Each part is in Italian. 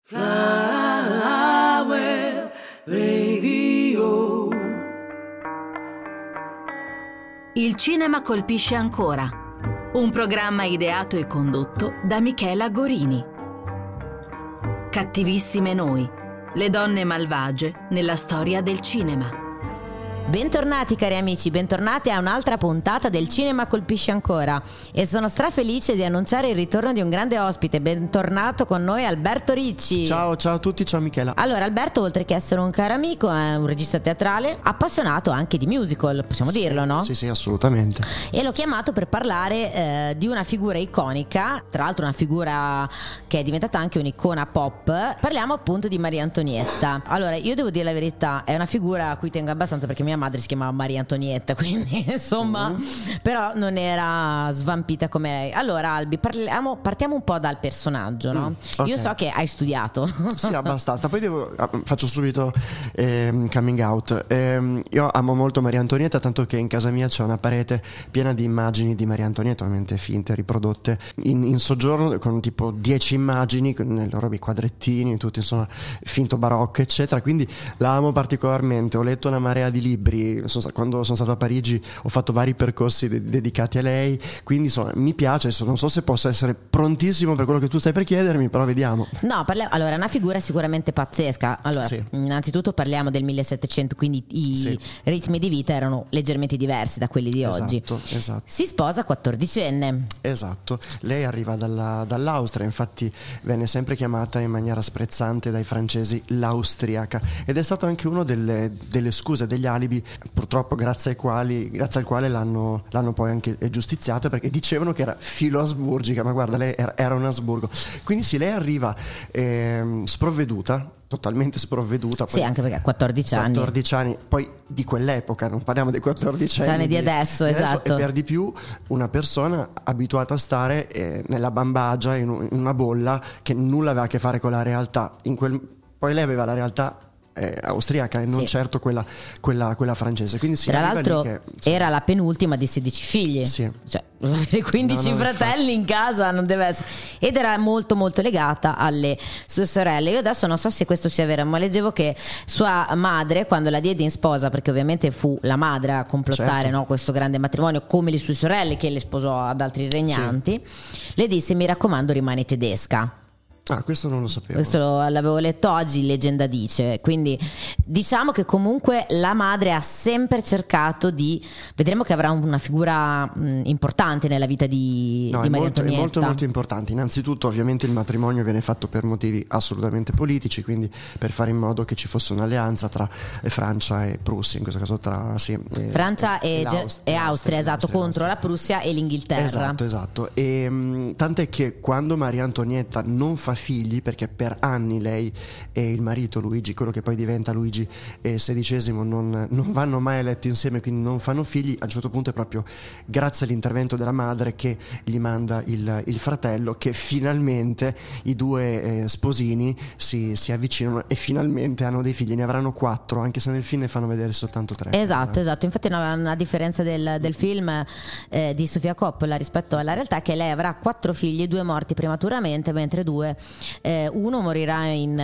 Flower Radio. Il cinema colpisce ancora. Un programma ideato e condotto da Michela Gorini. Cattivissime noi, le donne malvagie nella storia del cinema. Bentornati cari amici, bentornati a un'altra puntata del Cinema colpisce ancora e sono strafelice di annunciare il ritorno di un grande ospite. Bentornato con noi Alberto Ricci. Ciao a tutti, ciao Michela. Allora Alberto, oltre che essere un caro amico, è un regista teatrale appassionato anche di musical, possiamo dirlo, no? Sì, assolutamente. E l'ho chiamato per parlare di una figura iconica, tra l'altro una figura che è diventata anche un'icona pop. Parliamo appunto di Maria Antonietta. Allora io devo dire la verità, è una figura a cui tengo abbastanza perché mia madre si chiamava Maria Antonietta, quindi insomma però non era svampita come lei. Allora Albi, partiamo un po' dal personaggio, no? Okay. Io so che hai studiato. Sì, abbastanza. Poi faccio subito coming out. Io amo molto Maria Antonietta, tanto che in casa mia c'è una parete piena di immagini di Maria Antonietta, ovviamente finte, riprodotte in soggiorno, con tipo 10 immagini nei loro quadrettini, tutti insomma finto barocco eccetera, quindi la amo particolarmente. Ho letto una marea di libri. Quando sono stato a Parigi ho fatto vari percorsi dedicati a lei, quindi insomma mi piace. Non so se possa essere prontissimo per quello che tu stai per chiedermi, però vediamo. No, allora è una figura sicuramente pazzesca. Allora, sì. Innanzitutto parliamo del 1700, quindi i ritmi di vita erano leggermente diversi da quelli di oggi. Esatto. Si sposa 14enne. Esatto, lei arriva dall'Austria, infatti venne sempre chiamata in maniera sprezzante dai francesi l'austriaca, ed è stato anche uno delle scuse, degli alibi, purtroppo grazie al quale l'hanno poi anche giustiziata, perché dicevano che era filo-asburgica, ma guarda, lei era un Asburgo. Quindi sì, lei arriva sprovveduta, totalmente sprovveduta. Poi, sì, anche perché ha 14 anni, poi di quell'epoca, non parliamo dei 14 anni di adesso, esatto. E per di più una persona abituata a stare nella bambagia, in una bolla che nulla aveva a che fare con la realtà. Poi lei aveva la realtà austriaca e non certo quella francese. Quindi tra l'altro era la penultima di 16 figli, cioè avere 15 fratelli in casa non deve essere. Ed era molto molto legata alle sue sorelle. Io adesso non so se questo sia vero, ma leggevo che sua madre, quando la diede in sposa, perché ovviamente fu la madre a complottare, no, questo grande matrimonio, come le sue sorelle che le sposò ad altri regnanti, le disse: mi raccomando, rimani tedesca. Ah, questo non lo sapevo. Questo l'avevo letto oggi, leggenda dice. Quindi diciamo che comunque la madre ha sempre cercato vedremo che avrà una figura importante nella vita di Maria Antonietta. È molto molto importante. Innanzitutto ovviamente il matrimonio viene fatto per motivi assolutamente politici, quindi per fare in modo che ci fosse un'alleanza tra Francia e Prussia, in questo caso tra Francia e Austria, esatto, contro la Prussia e l'Inghilterra. Esatto. E tant'è che quando Maria Antonietta non fa figli, perché per anni lei e il marito Luigi, quello che poi diventa Luigi XVI, non vanno mai a letto insieme, quindi non fanno figli. A un certo punto è proprio grazie all'intervento della madre che gli manda il fratello, che finalmente i due sposini si avvicinano e finalmente hanno dei figli. Ne avranno 4, anche se nel film ne fanno vedere soltanto 3. Esatto. Infatti una differenza del film di Sofia Coppola rispetto alla realtà è che lei avrà 4 figli, 2 morti prematuramente, mentre 2 uno morirà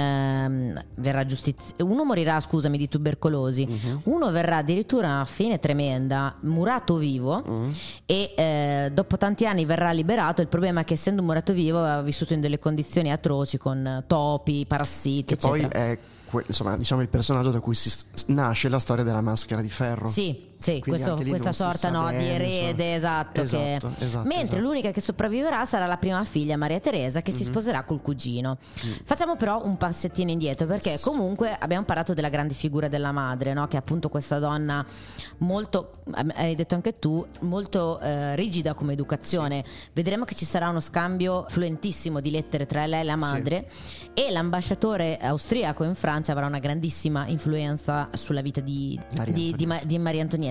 di tubercolosi, uno verrà addirittura a una fine tremenda, murato vivo, e dopo tanti anni verrà liberato. Il problema è che, essendo murato vivo, aveva vissuto in delle condizioni atroci con topi, parassiti, che eccetera. Poi è diciamo il personaggio da cui nasce la storia della maschera di ferro. Sì, questa sorta di erede, esatto. Mentre l'unica che sopravviverà sarà la prima figlia, Maria Teresa, che si sposerà col cugino. Facciamo però un passettino indietro, perché comunque abbiamo parlato della grande figura della madre, no? Che è appunto questa donna molto, hai detto anche tu, molto rigida come educazione. Vedremo che ci sarà uno scambio fluentissimo di lettere tra lei e la madre, e l'ambasciatore austriaco in Francia avrà una grandissima influenza sulla vita di Maria Antonietta.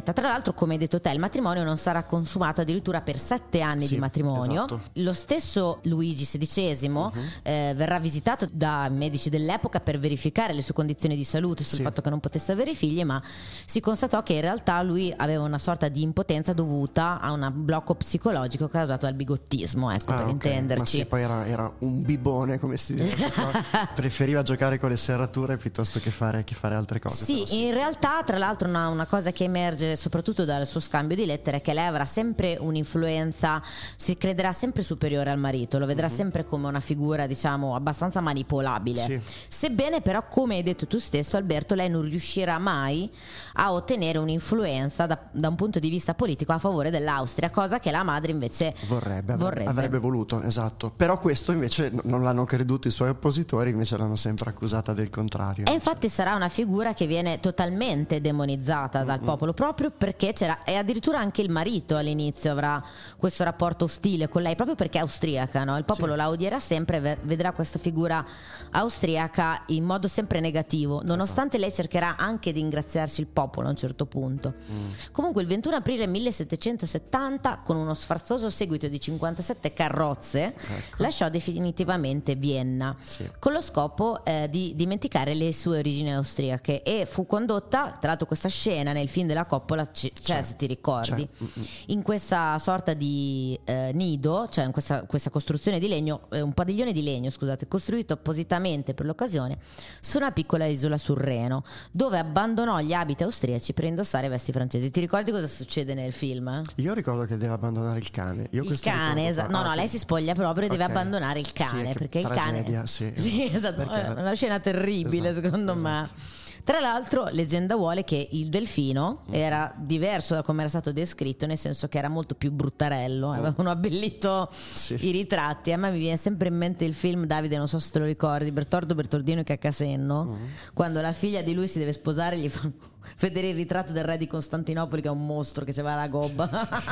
Antonietta. Tra l'altro, come hai detto te, il matrimonio non sarà consumato addirittura per 7 anni di matrimonio. Esatto. Lo stesso Luigi XVI verrà visitato da medici dell'epoca per verificare le sue condizioni di salute, sul fatto che non potesse avere figli, ma si constatò che in realtà lui aveva una sorta di impotenza dovuta a un blocco psicologico causato dal bigottismo, ecco, per intenderci. Ma sì, poi era un bibone, come si dice. Preferiva giocare con le serrature piuttosto che fare altre cose. Sì, però, in realtà, tra l'altro, una cosa che emerge soprattutto dal suo scambio di lettere è che lei avrà sempre un'influenza, si crederà sempre superiore al marito, lo vedrà sempre come una figura, diciamo, abbastanza manipolabile. Sì. Sebbene però, come hai detto tu stesso, Alberto, lei non riuscirà mai a ottenere un'influenza da un punto di vista politico a favore dell'Austria, cosa che la madre invece avrebbe voluto, esatto. Però questo invece non l'hanno creduto i suoi oppositori, invece l'hanno sempre accusata del contrario. E infatti sarà una figura che viene totalmente demonizzata dal popolo, proprio perché e addirittura anche il marito all'inizio avrà questo rapporto ostile con lei, proprio perché è austriaca, no? Il popolo la odierà sempre e vedrà questa figura austriaca in modo sempre negativo, nonostante lei cercherà anche di ingraziarsi il popolo a un certo punto. Comunque il 21 aprile 1770, con uno sfarzoso seguito di 57 carrozze, lasciò definitivamente Vienna, con lo scopo di dimenticare le sue origini austriache, e fu condotta, tra l'altro questa scena nel film della Coppola se ti ricordi, in questa sorta di nido, cioè in questa costruzione di legno, un padiglione di legno, scusate, costruito appositamente per l'occasione su una piccola isola sul Reno, dove abbandonò gli abiti austriaci per indossare vesti francesi. Ti ricordi cosa succede nel film? Io ricordo che deve abbandonare il cane. Il cane, esatto. No, lei si spoglia proprio e deve abbandonare il cane, perché il cane... Sì, esatto. È una scena terribile, secondo me. Tra l'altro, leggenda vuole che il delfino era diverso da come era stato descritto, nel senso che era molto più bruttarello, avevano abbellito i ritratti. A me mi viene sempre in mente il film, Davide, non so se te lo ricordi, Bertordino e Caccasenno, quando la figlia di lui si deve sposare, gli fanno vedere il ritratto del re di Costantinopoli, che è un mostro che aveva la gobba.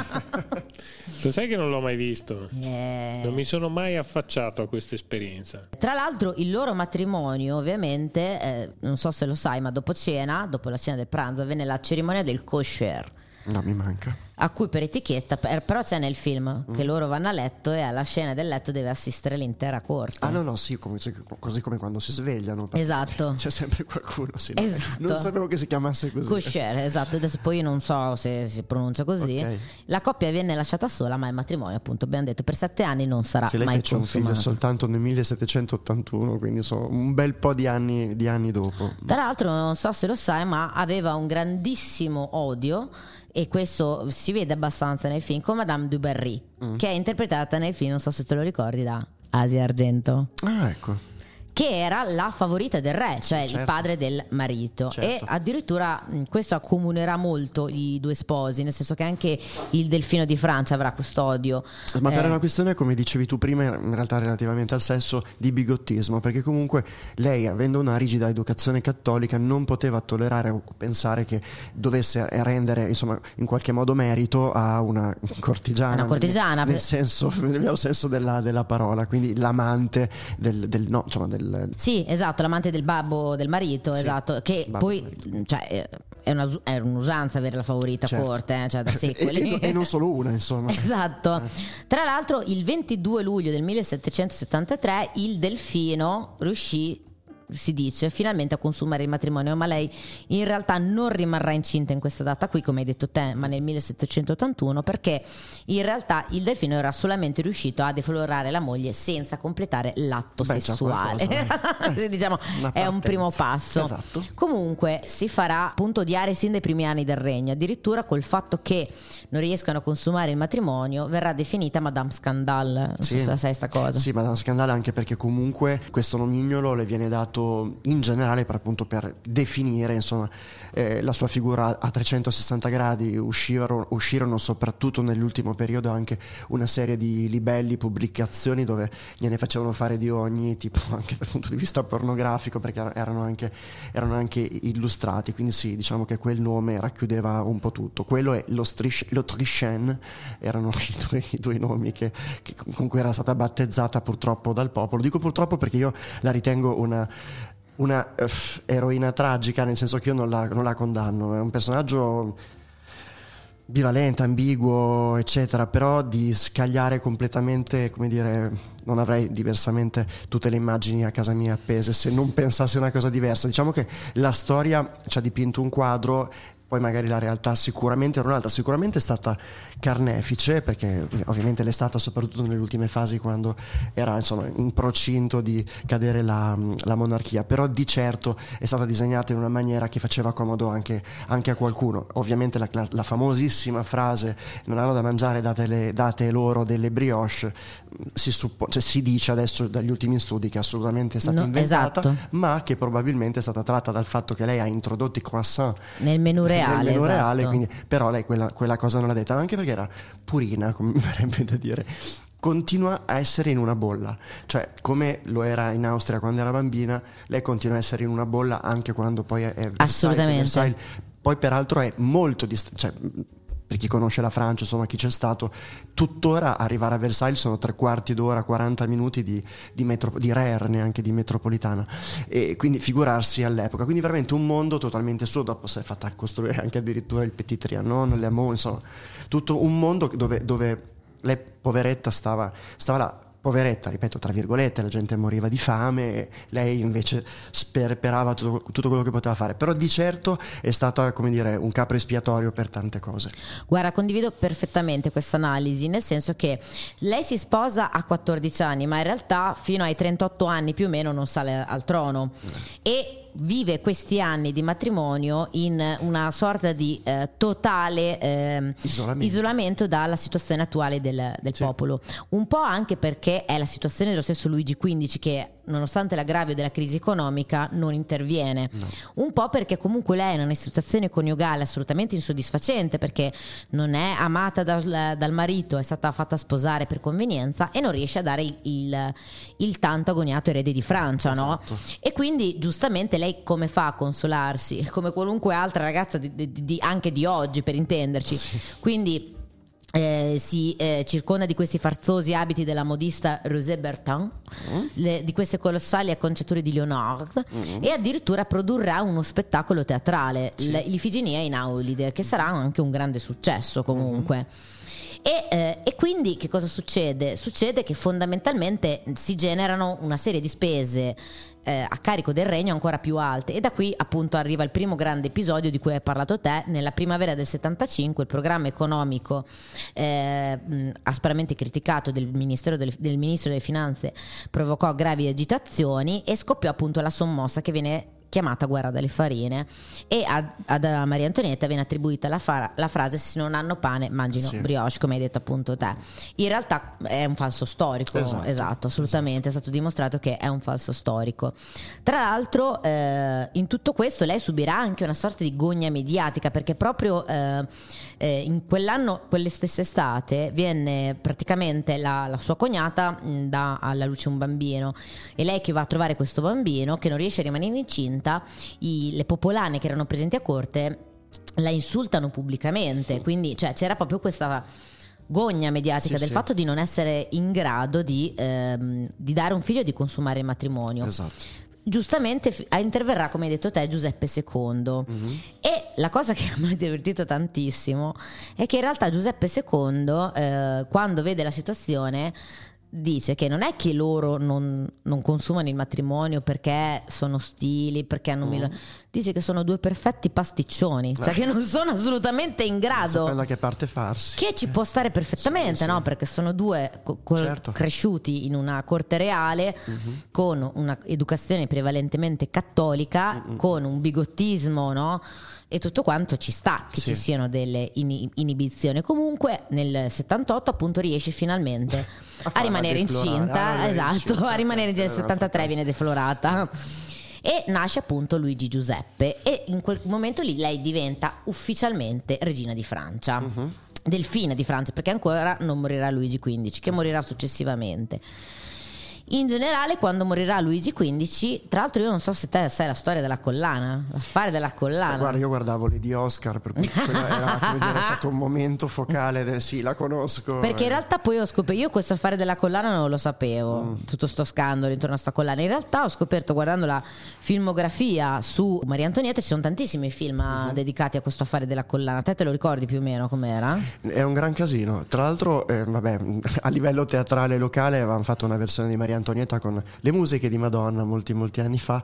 Lo sai che non l'ho mai visto? Non mi sono mai affacciato a questa esperienza. Tra l'altro il loro matrimonio, ovviamente, non so se lo sai, ma dopo la cena del pranzo, avvenne la cerimonia del kosher. No, mi manca. A cui per etichetta, però c'è nel film che loro vanno a letto e alla scena del letto deve assistere l'intera corte. Ah no, sì, così come quando si svegliano. Esatto. C'è sempre qualcuno. Sì, esatto. Non sapevo che si chiamasse così. Kosher, esatto. Adesso poi io non so se si pronuncia così. Okay. La coppia viene lasciata sola, ma il matrimonio, appunto, abbiamo detto, per 7 anni non sarà mai consumato. Lei fece un figlio soltanto nel 1781, quindi un bel po' di anni dopo. Tra l'altro, non so se lo sai, ma aveva un grandissimo odio, e questo si vede abbastanza nel film, con Madame du Barry, che è interpretata nel film, non so se te lo ricordi, da Asia Argento. Ah, ecco. Che era la favorita del re, cioè il padre del marito. E addirittura questo accomunerà molto i due sposi, nel senso che anche il delfino di Francia avrà quest'odio. Ma per una questione, come dicevi tu prima, in realtà relativamente al sesso, di bigottismo, perché comunque lei, avendo una rigida educazione cattolica, non poteva tollerare o pensare che dovesse rendere, insomma, in qualche modo merito a una cortigiana. Nel vero senso della parola, quindi l'amante del sì, esatto, l'amante del babbo del marito, esatto, che poi cioè, è un'usanza avere la favorita a corte, cioè da secoli. E non solo una, insomma. Esatto. Tra l'altro il 22 luglio del 1773 il delfino riuscì, si dice, finalmente a consumare il matrimonio, ma lei in realtà non rimarrà incinta in questa data qui, come hai detto te, ma nel 1781, perché in realtà il delfino era solamente riuscito a deflorare la moglie senza completare l'atto sessuale. Diciamo, è un primo passo. Esatto. Comunque si farà appunto odiare sin dai primi anni del regno, addirittura col fatto che non riescano a consumare il matrimonio verrà definita Madame Scandale. Non so se sai sta cosa. Sì, Madame Scandale, anche perché comunque questo nomignolo le viene dato in generale per definire, insomma, la sua figura a 360 gradi. Uscirono soprattutto nell'ultimo periodo anche una serie di libelli, pubblicazioni dove gliene facevano fare di ogni tipo, anche dal punto di vista pornografico, perché erano anche illustrati, quindi sì, diciamo che quel nome racchiudeva un po' tutto. Quello e l'Autrichienne erano i due nomi con cui era stata battezzata purtroppo dal popolo. Dico purtroppo perché io la ritengo una eroina tragica, nel senso che io non la condanno. È un personaggio bivalente, ambiguo, eccetera, però di scagliare completamente, come dire, non avrei diversamente tutte le immagini a casa mia appese se non pensassi a una cosa diversa. Diciamo che la storia ci ha dipinto un quadro, poi magari la realtà sicuramente era un'altra, sicuramente è stata carnefice, perché ovviamente l'è stata soprattutto nelle ultime fasi, quando era insomma in procinto di cadere la monarchia, però di certo è stata disegnata in una maniera che faceva comodo anche a qualcuno. Ovviamente la famosissima frase "non hanno da mangiare, date loro delle brioche", si dice adesso dagli ultimi studi che assolutamente è stata inventata, esatto. ma che probabilmente è stata tratta dal fatto che lei ha introdotto i croissant nel menù reale, reale, quindi, però lei quella cosa non l'ha detta, anche perché era purina, come mi verrebbe da dire. Continua a essere in una bolla, cioè come lo era in Austria quando era bambina, lei continua a essere in una bolla anche quando poi è assolutamente. Poi peraltro è molto cioè, per chi conosce la Francia, insomma chi c'è stato, tuttora arrivare a Versailles sono 3/4 d'ora, 40 minuti di RER, neanche di metropolitana, e quindi figurarsi all'epoca. Quindi veramente un mondo totalmente suo. Dopo si è fatta costruire anche addirittura il Petit Trianon, Le Meaux, insomma tutto un mondo dove lei, poveretta, stava là. Poveretta, ripeto, tra virgolette, la gente moriva di fame e lei invece sperperava tutto quello che poteva fare, però di certo è stata, come dire, un capro espiatorio per tante cose. Guarda, condivido perfettamente questa analisi, nel senso che lei si sposa a 14 anni, ma in realtà fino ai 38 anni più o meno non sale al trono e vive questi anni di matrimonio in una sorta di totale isolamento dalla situazione attuale del popolo, un po' anche perché è la situazione dello stesso Luigi XV che, nonostante l'aggravio della crisi economica, non interviene, un po' perché comunque lei è in una situazione coniugale assolutamente insoddisfacente, perché non è amata dal marito, è stata fatta sposare per convenienza e non riesce a dare il tanto agognato erede di Francia, esatto. No? E quindi giustamente lei come fa a consolarsi? Come qualunque altra ragazza anche di oggi, per intenderci, sì. Quindi si circonda di questi farzosi abiti della modista Rosé Bertin, di queste colossali acconciature di Leonard, e addirittura produrrà uno spettacolo teatrale, sì. L'Ifigenia in Aulide, che sarà anche un grande successo comunque. E quindi che cosa succede? Succede che fondamentalmente si generano una serie di spese a carico del regno ancora più alte, e da qui appunto arriva il primo grande episodio di cui hai parlato te. Nella primavera del 75 il programma economico aspramente criticato del ministro delle finanze provocò gravi agitazioni e scoppiò appunto la sommossa che viene chiamata guerra delle farine, e ad Maria Antonietta viene attribuita la frase "se non hanno pane mangino sì. brioche", come hai detto appunto te. In realtà è un falso storico, esatto, assolutamente, è stato dimostrato che è un falso storico. Tra l'altro in tutto questo lei subirà anche una sorta di gogna mediatica, perché proprio in quell'anno, quelle stesse estate, viene praticamente la sua cognata dà alla luce un bambino, e lei che va a trovare questo bambino, che non riesce a rimanere incinta, le popolane che erano presenti a corte la insultano pubblicamente, quindi cioè, c'era proprio questa gogna mediatica del fatto di non essere in grado di dare un figlio e di consumare il matrimonio. Esatto. Giustamente interverrà, come hai detto te, Giuseppe II. E la cosa che mi ha divertito tantissimo è che in realtà Giuseppe II quando vede la situazione dice che non è che loro non consumano il matrimonio perché sono ostili, perché hanno dice che sono due perfetti pasticcioni, cioè che non sono assolutamente in grado, da che parte farsi, che ci può stare perfettamente, sì. No? Perché sono due certo. cresciuti in una corte reale con una educazione prevalentemente cattolica, con un bigottismo, no? E tutto quanto ci sta che ci siano delle inibizioni. Comunque nel 78 appunto riesce finalmente a rimanere incinta, esatto, a rimanere nel 73 viene deflorata. E nasce appunto Luigi Giuseppe, e in quel momento lì lei diventa ufficialmente regina di Francia, delfina di Francia, perché ancora non morirà Luigi XV, che morirà successivamente. In generale, quando morirà Luigi XV, tra l'altro io non so se te sai la storia della collana, l'affare della collana. Guarda, io guardavo Lady Oscar, per cui quello era, come dire, è stato un momento focale del sì, la conosco. Perché in realtà poi ho scoperto, io questo affare della collana non lo sapevo, tutto sto scandalo intorno a sta collana. In realtà ho scoperto, guardando la filmografia su Maria Antonietta, ci sono tantissimi film dedicati a questo affare della collana. Te lo ricordi più o meno com'era? È un gran casino. Tra l'altro, vabbè, a livello teatrale locale avevano fatto una versione di Maria Antonietta con le musiche di Madonna molti anni fa,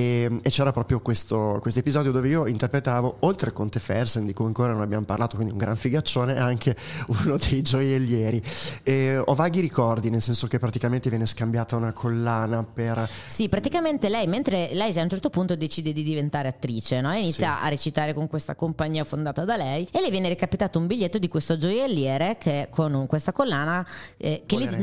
e c'era proprio questo episodio dove io interpretavo, oltre a Conte Fersen, di cui ancora non abbiamo parlato, quindi un gran figaccione, anche uno dei gioiellieri. Ho vaghi ricordi, nel senso che praticamente viene scambiata una collana per... Sì, praticamente lei, mentre lei a un certo punto decide di diventare attrice, no? E inizia a recitare con questa compagnia fondata da lei, e le viene recapitato un biglietto di questo gioielliere che con questa collana che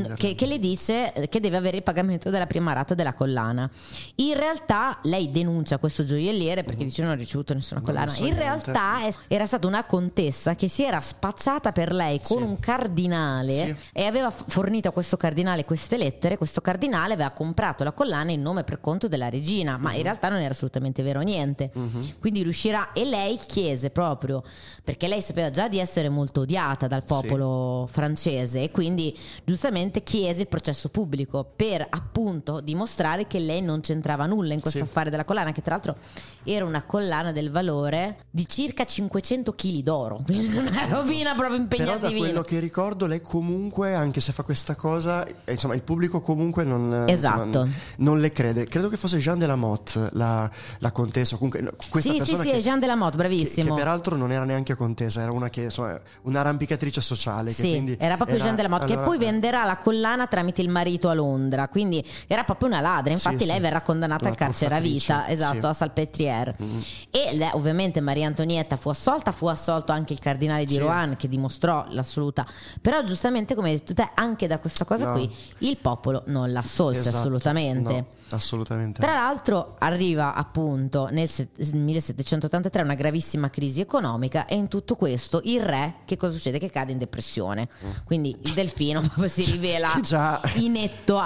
le dice che deve avere il pagamento della prima rata della collana. In realtà lei denuncia questo gioielliere perché dice non ho ricevuto nessuna collana. In realtà era stata una contessa che si era spacciata per lei con un cardinale e aveva fornito a questo cardinale queste lettere. Questo cardinale aveva comprato la collana in nome per conto della regina, ma in realtà non era assolutamente vero niente. Quindi riuscirà, e lei chiese proprio, perché lei sapeva già di essere molto odiata dal popolo francese, e quindi giustamente chiese il processo pubblico per appunto dimostrare che lei non c'entrava nulla in questo affare della collana, che tra l'altro era una collana del valore di circa 500 kg d'oro, quindi una robina proprio impegnativa. Però da quello che ricordo, lei comunque, anche se fa questa cosa, insomma il pubblico comunque non, insomma, non le crede. Credo che fosse Jeanne de la Motte la contessa, comunque questa persona è Jeanne de la Motte, bravissimo, che peraltro non era neanche contessa, era una che insomma un'arrampicatrice sociale, che quindi era proprio Jeanne de la Motte, allora, che poi venderà la collana tramite il marito a Londra, quindi era proprio una ladra. Infatti lei verrà condannata al carcere a vita, a Salpêtrière. E lei, ovviamente Maria Antonietta fu assolto anche il cardinale di Rohan, che dimostrò l'assoluta, però giustamente, come hai detto te, anche da questa cosa qui il popolo non l'assolse assolutamente. Assolutamente. Tra l'altro arriva appunto nel 1783 una gravissima crisi economica, e in tutto questo il re, che cosa succede? Che cade in depressione, quindi il delfino proprio si rivela inetto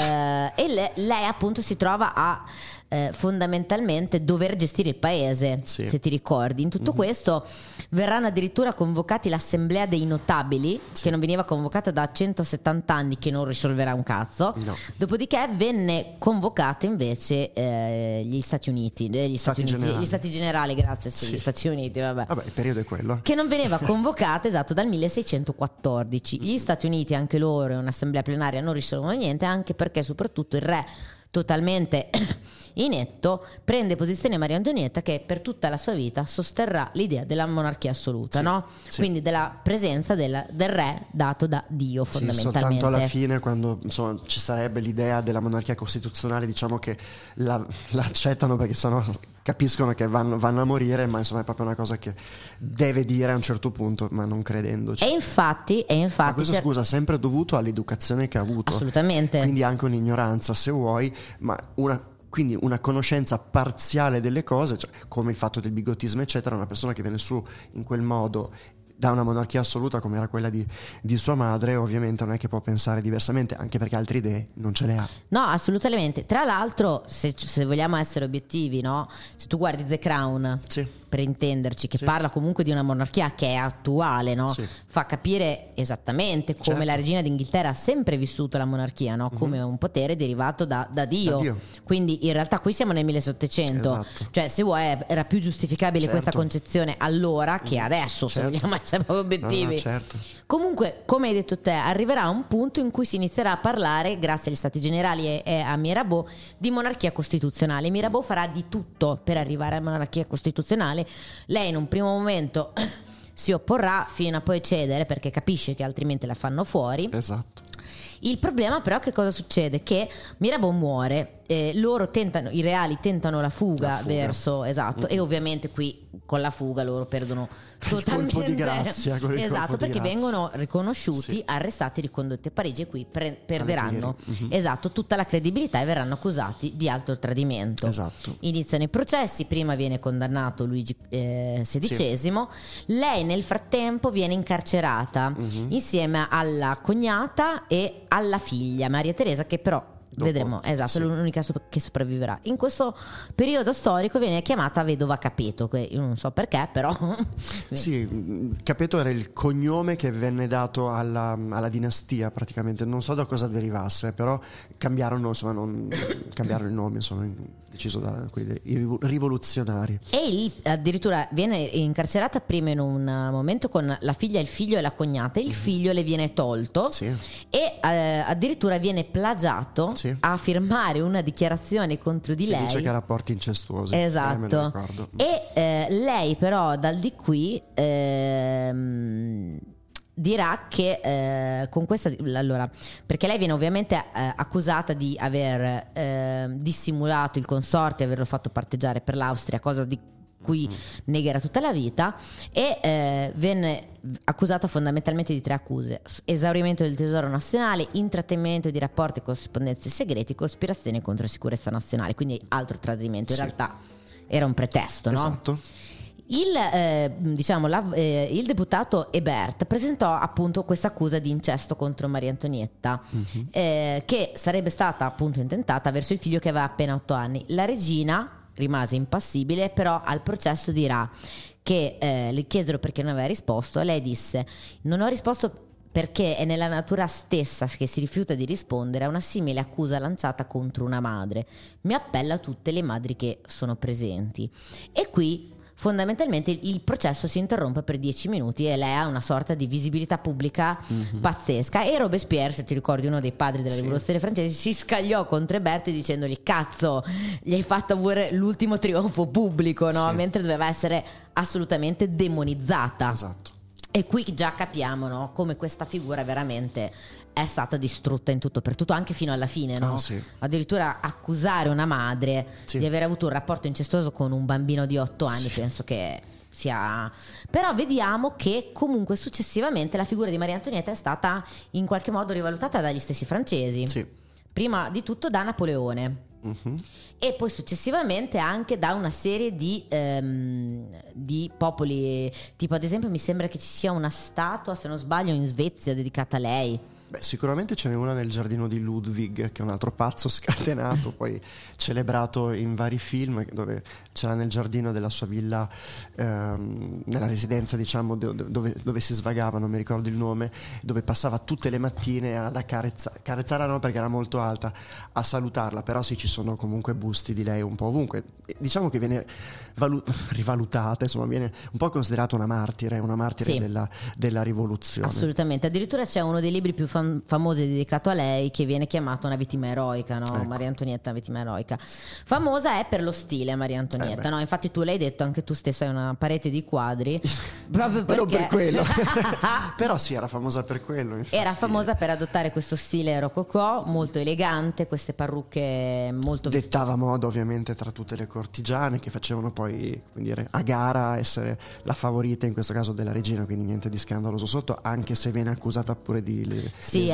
e lei appunto si trova a fondamentalmente dover gestire il paese, se ti ricordi. In tutto questo verranno addirittura convocati l'assemblea dei notabili, che non veniva convocata da 170 anni, che non risolverà un cazzo. Dopodiché venne convocata invece gli Stati Uniti, gli Stati Generali, gli Stati Uniti, vabbè, il periodo è quello, che non veniva convocata dal 1614. Gli Stati Uniti, anche loro in un'assemblea plenaria non risolvono niente, anche perché soprattutto il re, totalmente inetto, prende posizione Maria Antonietta, che per tutta la sua vita sosterrà l'idea della monarchia assoluta, no? Quindi della presenza del re dato da Dio, fondamentalmente. Soltanto alla fine, quando insomma ci sarebbe l'idea della monarchia costituzionale, diciamo che la accettano, perché sennò capiscono che vanno a morire, ma insomma è proprio una cosa che deve dire a un certo punto, ma non credendoci. E infatti ma questo, scusa, sempre dovuto all'educazione che ha avuto, assolutamente, quindi anche un'ignoranza, se vuoi, ma quindi una conoscenza parziale delle cose, cioè, come il fatto del bigottismo eccetera. Una persona che viene su in quel modo da una monarchia assoluta come era quella di sua madre, ovviamente non è che può pensare diversamente, anche perché altre idee non ce le ha. No, assolutamente. Tra l'altro, se vogliamo essere obiettivi, no? Se tu guardi The Crown, per intenderci, che parla comunque di una monarchia che è attuale, no? Fa capire esattamente come la regina d'Inghilterra ha sempre vissuto la monarchia, no? Come un potere derivato da Dio. Quindi in realtà qui siamo nel 1700, cioè se vuoi era più giustificabile questa concezione allora che adesso, se vogliamo essere proprio obiettivi. Comunque, come hai detto te, arriverà un punto in cui si inizierà a parlare, grazie agli Stati Generali e a Mirabeau, di monarchia costituzionale. Mirabeau farà di tutto per arrivare alla monarchia costituzionale. Lei in un primo momento si opporrà fino a poi cedere, perché capisce che altrimenti la fanno fuori. Il problema però che cosa succede? Che Mirabeau muore, i reali tentano la fuga. Verso e ovviamente qui con la fuga loro perdono totalmente colpo di grazia, perché vengono riconosciuti, arrestati, ricondotti a Parigi, e qui perderanno tutta la credibilità e verranno accusati di alto tradimento. Iniziano i processi, prima viene condannato Luigi XVI, lei nel frattempo viene incarcerata insieme alla cognata e alla figlia Maria Teresa, che però Vedremo, esatto, sì. È l'unica che sopravviverà. In questo periodo storico viene chiamata vedova Capeto, che io non so perché, però sì, Capeto era il cognome che venne dato alla dinastia, praticamente. Non so da cosa derivasse, però cambiarono il nome, sono deciso da quelli rivoluzionari. E addirittura viene incarcerata prima in un momento con la figlia, il figlio e la cognata. Il figlio le viene tolto, sì. E addirittura viene plagiato, sì, a firmare una dichiarazione contro di lei. Dice che ha rapporti incestuosi. Esatto. E lei però dal di qui dirà che con questa, allora, perché lei viene ovviamente accusata di aver dissimulato il consorte, averlo fatto parteggiare per l'Austria, cosa di cui negherà tutta la vita, e venne accusata fondamentalmente di 3 accuse: esaurimento del tesoro nazionale, intrattenimento di rapporti e corrispondenze segreti, cospirazione contro la sicurezza nazionale. Quindi altro tradimento, in realtà era un pretesto, no? Esatto. Il deputato Hebert presentò appunto questa accusa di incesto contro Maria Antonietta, che sarebbe stata appunto intentata verso il figlio che aveva appena 8 anni. La regina rimase impassibile, però al processo dirà che le chiesero perché non aveva risposto e lei disse: non ho risposto perché è nella natura stessa che si rifiuta di rispondere a una simile accusa lanciata contro una madre. Mi appella a tutte le madri che sono presenti. E qui fondamentalmente il processo si interrompe per 10 minuti e lei ha una sorta di visibilità pubblica pazzesca. E Robespierre, se ti ricordi, uno dei padri della rivoluzione francese, si scagliò contro Hebert dicendogli: cazzo, gli hai fatto pure l'ultimo trionfo pubblico, no? Sì. Mentre doveva essere assolutamente demonizzata. Esatto. E qui già capiamo, no? Come questa figura veramente è stata distrutta in tutto per tutto, anche fino alla fine, no? Sì. Addirittura accusare una madre di aver avuto un rapporto incestuoso con un bambino di 8 anni, penso che sia... Però vediamo che comunque successivamente la figura di Maria Antonietta è stata in qualche modo rivalutata dagli stessi francesi. Sì. Prima di tutto da Napoleone. E poi successivamente anche da una serie di popoli, tipo ad esempio mi sembra che ci sia una statua, se non sbaglio, in Svezia dedicata a lei. Beh, sicuramente ce n'è una nel giardino di Ludwig, che è un altro pazzo scatenato, poi celebrato in vari film, dove c'era nel giardino della sua villa, nella residenza, diciamo, dove si svagava, non mi ricordo il nome, dove passava tutte le mattine ad accarezzarla, no, perché era molto alta, a salutarla. Però sì, ci sono comunque busti di lei un po' ovunque. Diciamo che viene rivalutata, insomma, viene un po' considerata una martire sì, della rivoluzione. Assolutamente. Addirittura c'è uno dei libri più famosi dedicato a lei, che viene chiamato Una vittima eroica, no? Ecco. Maria Antonietta, una vittima eroica. Famosa è per lo stile Maria Antonietta, no? Infatti tu l'hai detto, anche tu stesso hai una parete di quadri proprio perché... non per quello. Però sì, era famosa per quello, infatti. Era famosa per adottare questo stile rococò molto elegante, queste parrucche molto dettava moda ovviamente tra tutte le cortigiane, che facevano poi, come dire, a gara essere la favorita in questo caso della regina, quindi niente di scandaloso sotto, anche se viene accusata pure di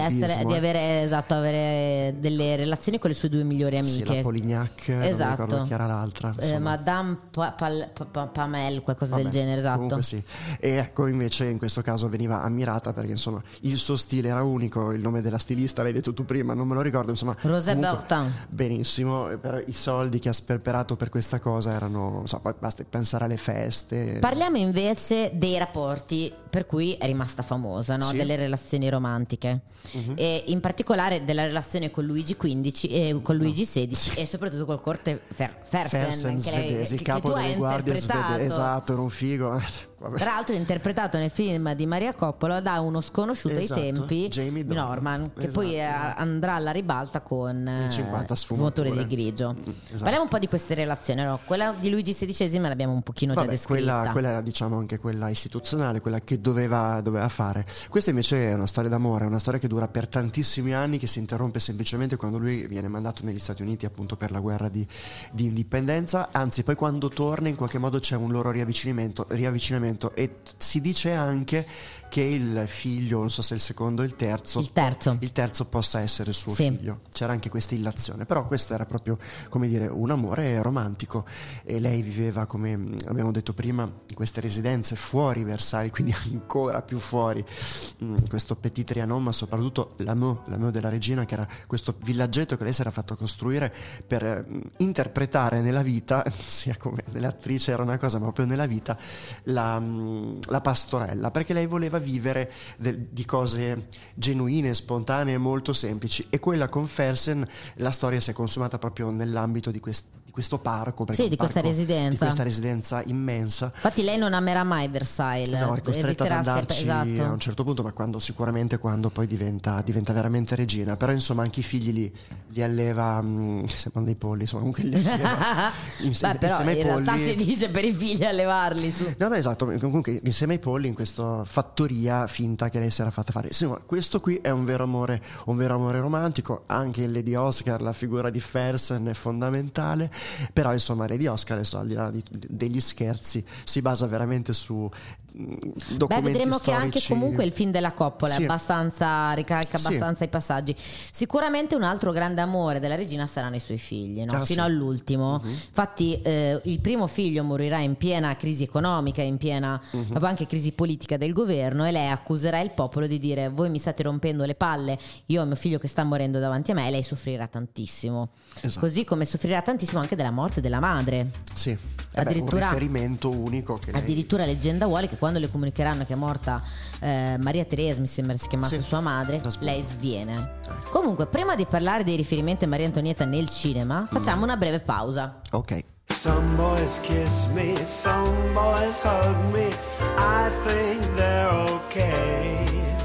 avere delle relazioni con le sue 2 migliori amiche. Sì, la Polignac, esatto. Non ricordo chi era l'altra, Madame Pamel, qualcosa del genere, esatto. Comunque sì. E ecco, invece in questo caso veniva ammirata perché insomma il suo stile era unico. Il nome della stilista l'hai detto tu prima, non me lo ricordo, insomma. Rosé Bertin. Benissimo, però i soldi che ha sperperato per questa cosa erano, poi basta pensare alle feste. Parliamo invece dei rapporti per cui è rimasta famosa, no? Sì. Delle relazioni romantiche. E in particolare della relazione con Luigi XV con Luigi XVI e soprattutto col corte Fersen, svedese, il capo delle guardie svedese. Esatto, era un figo. Vabbè. Tra l'altro interpretato nel film di Maria Coppola da uno sconosciuto ai tempi, Jamie Dornan, che poi andrà alla ribalta con 50 Motore di grigio. Parliamo un po' di queste relazioni, no? Quella di Luigi XVI l'abbiamo un pochino già descritta. Quella era, diciamo, anche quella istituzionale, quella che doveva fare. Questa invece è una storia d'amore, è una storia che dura per tantissimi anni, che si interrompe semplicemente quando lui viene mandato negli Stati Uniti appunto per la guerra di indipendenza. Anzi, poi quando torna in qualche modo c'è un loro riavvicinamento, e si dice anche che il figlio, non so se il secondo o il terzo possa essere suo figlio. C'era anche questa illazione, però questo era proprio, come dire, un amore romantico, e lei viveva, come abbiamo detto prima, in queste residenze fuori Versailles, quindi ancora più fuori, questo Petit Trianon, ma soprattutto l'Hameau della regina, che era questo villaggetto che lei si era fatto costruire per interpretare nella vita, sia come nell'attrice era una cosa, ma proprio nella vita, la pastorella, perché lei voleva vivere di cose genuine, spontanee, molto semplici, e quella con Fersen la storia si è consumata proprio nell'ambito di questo parco, di questa residenza immensa. Infatti lei non amerà mai Versailles, no, è costretta ad andarci a un certo punto, ma quando poi diventa veramente regina. Però insomma anche i figli li alleva, sembrano dei polli, insomma, comunque li alleva però in realtà si dice per i figli allevarli su. No, esatto, comunque insieme ai polli in questa fattoria finta che lei si era fatta fare. Insomma, questo qui è un vero amore romantico. Anche in Lady Oscar la figura di Fersen è fondamentale, però insomma Lady Oscar, adesso, al di là degli scherzi, si basa veramente su documenti vedremo storici. Che anche comunque il film della Coppola è abbastanza, ricalca abbastanza i passaggi. Sicuramente un altro grande amore della regina saranno i suoi figli, no? Fino all'ultimo. Infatti il primo figlio morirà in piena crisi economica, in piena anche crisi politica del governo, e lei accuserà il popolo di dire: voi mi state rompendo le palle, io ho mio figlio che sta morendo davanti a me, e lei soffrirà tantissimo. Così come soffrirà tantissimo anche della morte della madre. Addirittura un riferimento unico che lei... Addirittura leggenda vuole che quando le comunicheranno che è morta Maria Teresa, mi sembra si chiamasse sua madre, lei sviene. Comunque, prima di parlare dei riferimenti a Maria Antonietta nel cinema, facciamo una breve pausa. Ok. Some boys kiss me, some boys hug me, I think they're okay.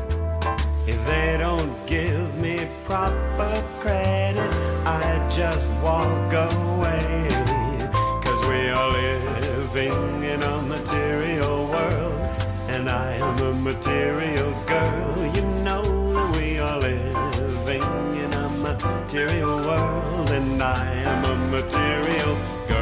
If they don't give me proper credit, I just walk away. 'Cause we are living in a material world, and I am a material girl. You know that we are living in a material world, and I am a material girl.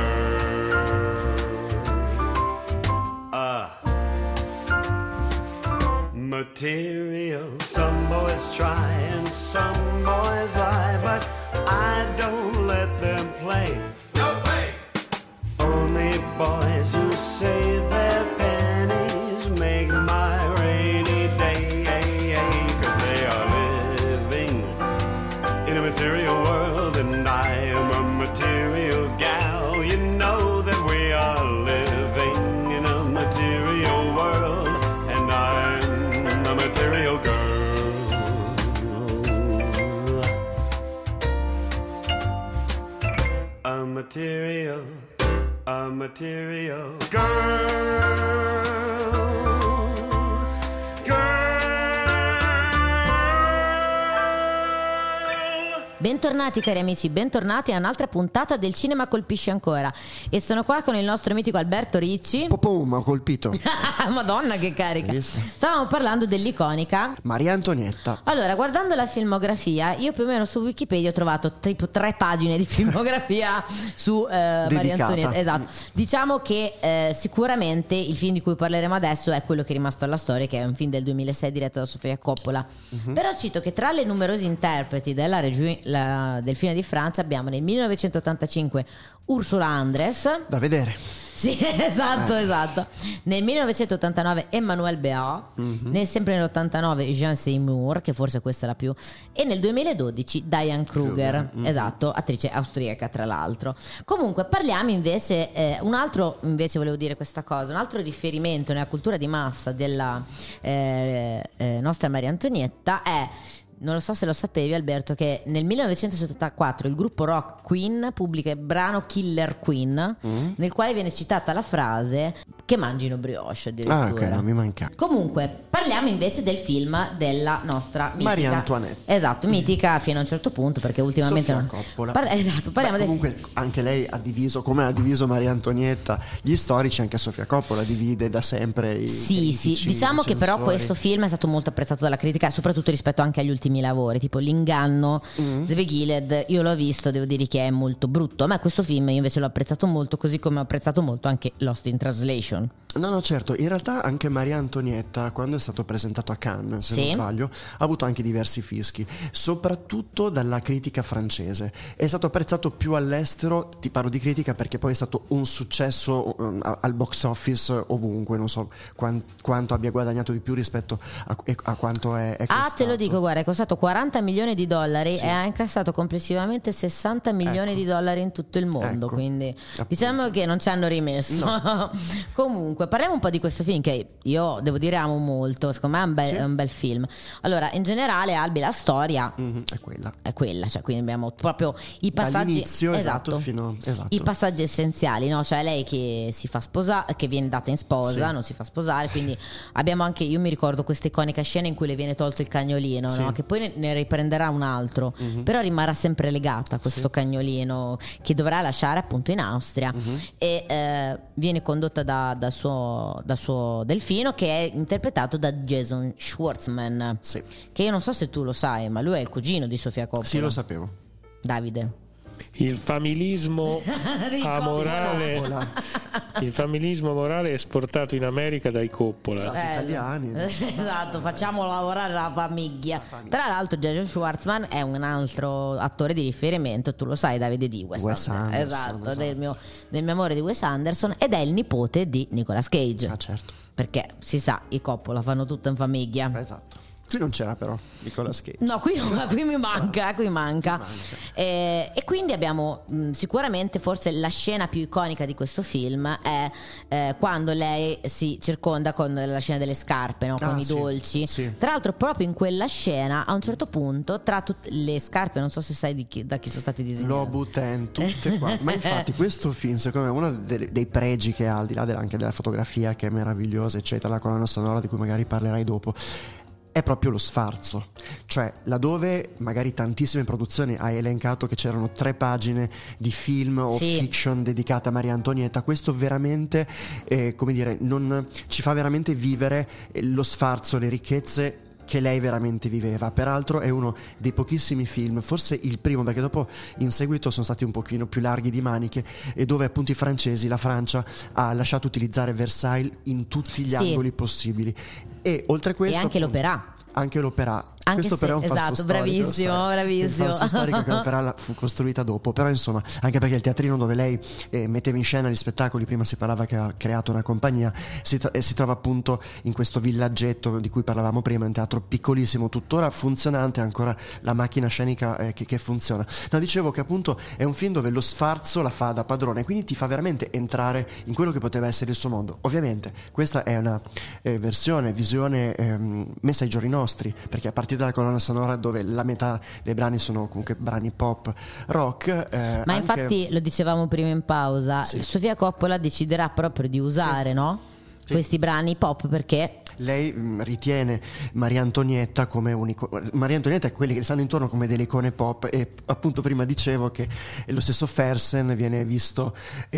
Material. Some boys try and some boys lie, but I don't let them play. No way! Only boys who save their pennies make my rainy day. 'Cause they are living in a material world, and I am a material gal. You know that we are living in a material world, and I'm a material girl. A material girl. Bentornati cari amici, bentornati a un'altra puntata del Cinema Colpisce Ancora, e sono qua con il nostro mitico Alberto Ricci. Mi ha colpito. Madonna che carica. Stavamo parlando dell'iconica Maria Antonietta. Allora, guardando la filmografia, io più o meno su Wikipedia ho trovato tipo 3 pagine di filmografia su Maria Antonietta. Esatto. Diciamo che sicuramente il film di cui parleremo adesso è quello che è rimasto alla storia, che è un film del 2006 diretto da Sofia Coppola. Però cito che tra le numerosi interpreti del film di Francia abbiamo nel 1985 Ursula Andress, da vedere. Sì, esatto. Nel 1989 Emmanuel Béat, sempre nell'89 Jean Seymour, che forse questa è la più, e nel 2012 Diane Kruger, esatto, attrice austriaca tra l'altro. Comunque parliamo invece, un altro riferimento nella cultura di massa della nostra Maria Antonietta è, non lo so se lo sapevi Alberto, che nel 1974 il gruppo rock Queen pubblica il brano Killer Queen, nel quale viene citata la frase che mangino brioche addirittura. Ok, non mi manca. Comunque parliamo invece del film della nostra mitica Maria Antoinette. Esatto, mitica fino a un certo punto, perché ultimamente Sofia Coppola. Parliamo comunque anche lei ha diviso, come ha diviso Maria Antonietta gli storici, anche Sofia Coppola divide da sempre i critici, diciamo i che però questo film è stato molto apprezzato dalla critica, soprattutto rispetto anche agli ultimi lavori, tipo L'inganno di Gilead. Io l'ho visto, devo dire che è molto brutto. A me questo film io invece l'ho apprezzato molto, così come ho apprezzato molto anche Lost in Translation, Exploitation. No, certo, in realtà anche Maria Antonietta, quando è stato presentato a Cannes, se non sbaglio, ha avuto anche diversi fischi, soprattutto dalla critica francese. È stato apprezzato più all'estero, ti parlo di critica perché poi è stato un successo al box office ovunque, non so quanto abbia guadagnato di più rispetto a quanto è costato. Te lo dico, guarda, è costato $40 milioni e ha incassato complessivamente $60 milioni in tutto il mondo, quindi appunto, diciamo che non ci hanno rimesso. No. Comunque parliamo un po' di questo film che io devo dire amo molto, secondo me è un bel film. Allora, in generale, Albi, la storia è quella, cioè quindi abbiamo proprio i passaggi dall'inizio, esatto. I passaggi essenziali, no? Cioè lei che si fa sposare, che viene data in sposa, non si fa sposare, quindi abbiamo anche, io mi ricordo questa iconica scena in cui le viene tolto il cagnolino, no? Che poi ne riprenderà un altro, però rimarrà sempre legata a questo cagnolino che dovrà lasciare appunto in Austria, e viene condotta da suo delfino, che è interpretato da Jason Schwartzman, che io non so se tu lo sai, ma lui è il cugino di Sofia Coppola. Sì, lo sapevo. Davide, il familismo morale esportato in America dai Coppola, italiani. Esatto, facciamo lavorare la famiglia. Tra l'altro Jason Schwartzman è un altro attore di riferimento, tu lo sai, Davide, di Wes Anderson. Esatto. Del mio amore di Wes Anderson, ed è il nipote di Nicolas Cage. Certo. Perché si sa, i Coppola fanno tutto in famiglia. Esatto. Qui non c'era però Nicolas Cage. No, qui mi manca. E quindi abbiamo sicuramente, forse la scena più iconica di questo film è quando lei si circonda con la scena delle scarpe, no? Con i dolci. Tra l'altro proprio in quella scena, a un certo punto, tra tutte le scarpe, non so se sai da chi sono state disegnate, Louboutin, tutte quante. Ma infatti questo film, secondo me, uno dei pregi che ha, al di là anche della fotografia che è meravigliosa, eccetera, la colonna sonora di cui magari parlerai dopo, è proprio lo sfarzo. Cioè, laddove magari tantissime produzioni hai elencato che c'erano 3 pagine di film o fiction dedicate a Maria Antonietta, questo veramente non ci fa veramente vivere lo sfarzo, le ricchezze che lei veramente viveva. Peraltro è uno dei pochissimi film, forse il primo, perché dopo in seguito sono stati un pochino più larghi di maniche, e dove appunto i francesi, la Francia, ha lasciato utilizzare Versailles in tutti gli angoli possibili. E oltre a questo, e anche l'opera. Anche l'opera. Anche questo però è un falso storico, bravissimo. È un falso storico, che l'opera fu costruita dopo. Però insomma, anche perché il teatrino dove lei metteva in scena gli spettacoli, prima si parlava che ha creato una compagnia, si trova appunto in questo villaggetto di cui parlavamo prima, un teatro piccolissimo, tuttora funzionante, ancora la macchina scenica che funziona. No, dicevo che appunto è un film dove lo sfarzo la fa da padrone, quindi ti fa veramente entrare in quello che poteva essere il suo mondo. Ovviamente questa è una visione messa ai giorni nostri, perché a partire dalla colonna sonora, dove la metà dei brani sono comunque brani pop rock, ma infatti lo dicevamo prima in pausa, Sofia Coppola deciderà proprio di usare questi brani pop, perché lei ritiene Maria Antonietta come unico. Maria Antonietta è quelli che stanno intorno come delle icone pop, e appunto prima dicevo che lo stesso Fersen viene visto,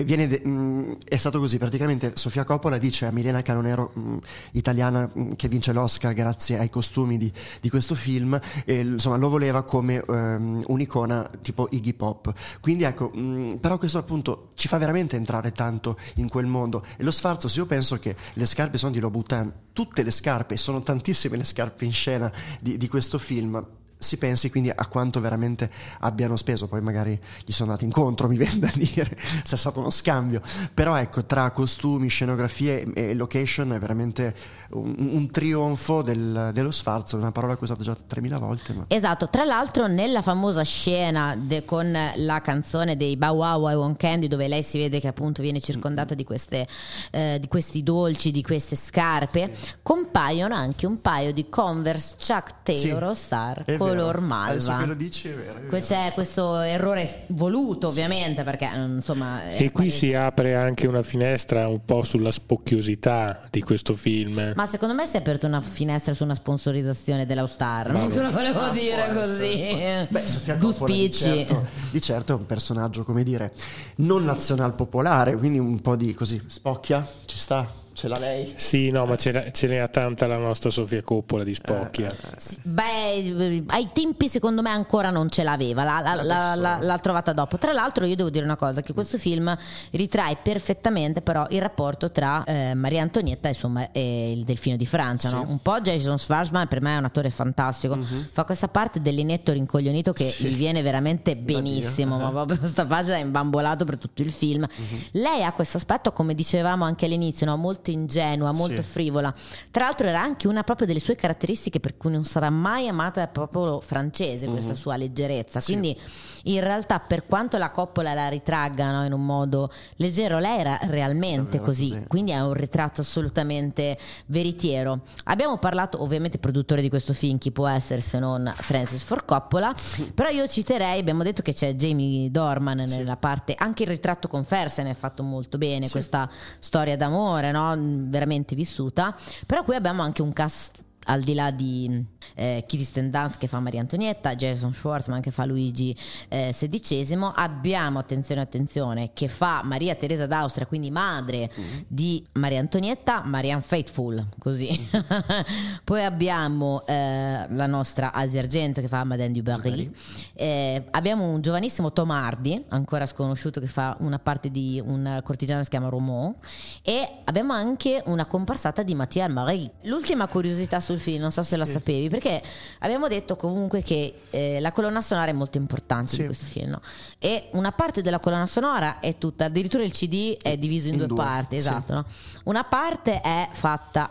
è stato così praticamente. Sofia Coppola dice a Milena Canonero, italiana, che vince l'Oscar grazie ai costumi di questo film, insomma lo voleva come un'icona tipo Iggy Pop. Quindi ecco, però questo appunto ci fa veramente entrare tanto in quel mondo. E lo sfarzo, se io penso che le scarpe sono di Louboutin, tutte le scarpe, sono tantissime le scarpe in scena di questo film, si pensi quindi a quanto veramente abbiano speso. Poi magari gli sono andati incontro, mi viene da dire, se è stato uno scambio, però ecco, tra costumi, scenografie e location è veramente un trionfo dello sfarzo, una parola che ho usato già 3000 volte, ma... Esatto. Tra l'altro nella famosa scena con la canzone dei Bow Wow I Want Candy, dove lei si vede che appunto viene circondata di questi dolci, di queste scarpe, compaiono anche un paio di Converse Chuck Taylor All Star color malva. Adesso che lo dici è vero. C'è questo errore voluto, ovviamente, perché insomma e qui si apre anche una finestra un po' sulla spocchiosità di questo film. Ma secondo me si è aperta una finestra su una sponsorizzazione dell'All Star, non te lo volevo dire così. Beh, Sofia Coppola di certo è un personaggio, come dire, non nazional popolare, quindi un po' di così spocchia, ci sta. Ce l'ha lei? Sì, no, ma ce ne ha tanta la nostra Sofia Coppola di spocchia. Beh, ai tempi secondo me ancora non ce l'aveva, l'ha trovata dopo. Tra l'altro io devo dire una cosa, che questo film ritrae perfettamente però il rapporto tra Maria Antonietta e il Delfino di Francia, no? Un po' Jason Schwartzman per me è un attore fantastico, fa questa parte dell'inetto rincoglionito che gli viene veramente benissimo, ma proprio questa pagina è imbambolato per tutto il film. Lei ha questo aspetto, come dicevamo anche all'inizio, no? Molto ingenua, molto frivola. Tra l'altro era anche una proprio delle sue caratteristiche per cui non sarà mai amata dal popolo francese, questa sua leggerezza. Quindi in realtà, per quanto la Coppola la ritragga, no, in un modo leggero, lei era realmente così. Quindi è un ritratto assolutamente veritiero. Abbiamo parlato, ovviamente, produttore di questo film chi può essere se non Francis Ford Coppola, però io citerei, abbiamo detto che c'è Jamie Dornan nella parte, anche il ritratto con Fersen è fatto molto bene, questa storia d'amore, no, veramente vissuta. Però qui abbiamo anche un cast al di là di Kirsten Dunst che fa Maria Antonietta, Jason Schwartzman che fa Luigi XVI, abbiamo attenzione che fa Maria Teresa d'Austria, quindi madre di Maria Antonietta, Marianne Faithfull, così. Poi abbiamo la nostra Asia Argento che fa Madame du Barry, abbiamo un giovanissimo Tom Hardy ancora sconosciuto che fa una parte di un cortigiano che si chiama Romont, e abbiamo anche una comparsata di Mathieu Marie. L'ultima curiosità sul film, non so se la sapevi, perché abbiamo detto comunque che la colonna sonora è molto importante di questo film, no? E una parte della colonna sonora è tutta, addirittura il CD è diviso in due parti, esatto, no? Una parte è fatta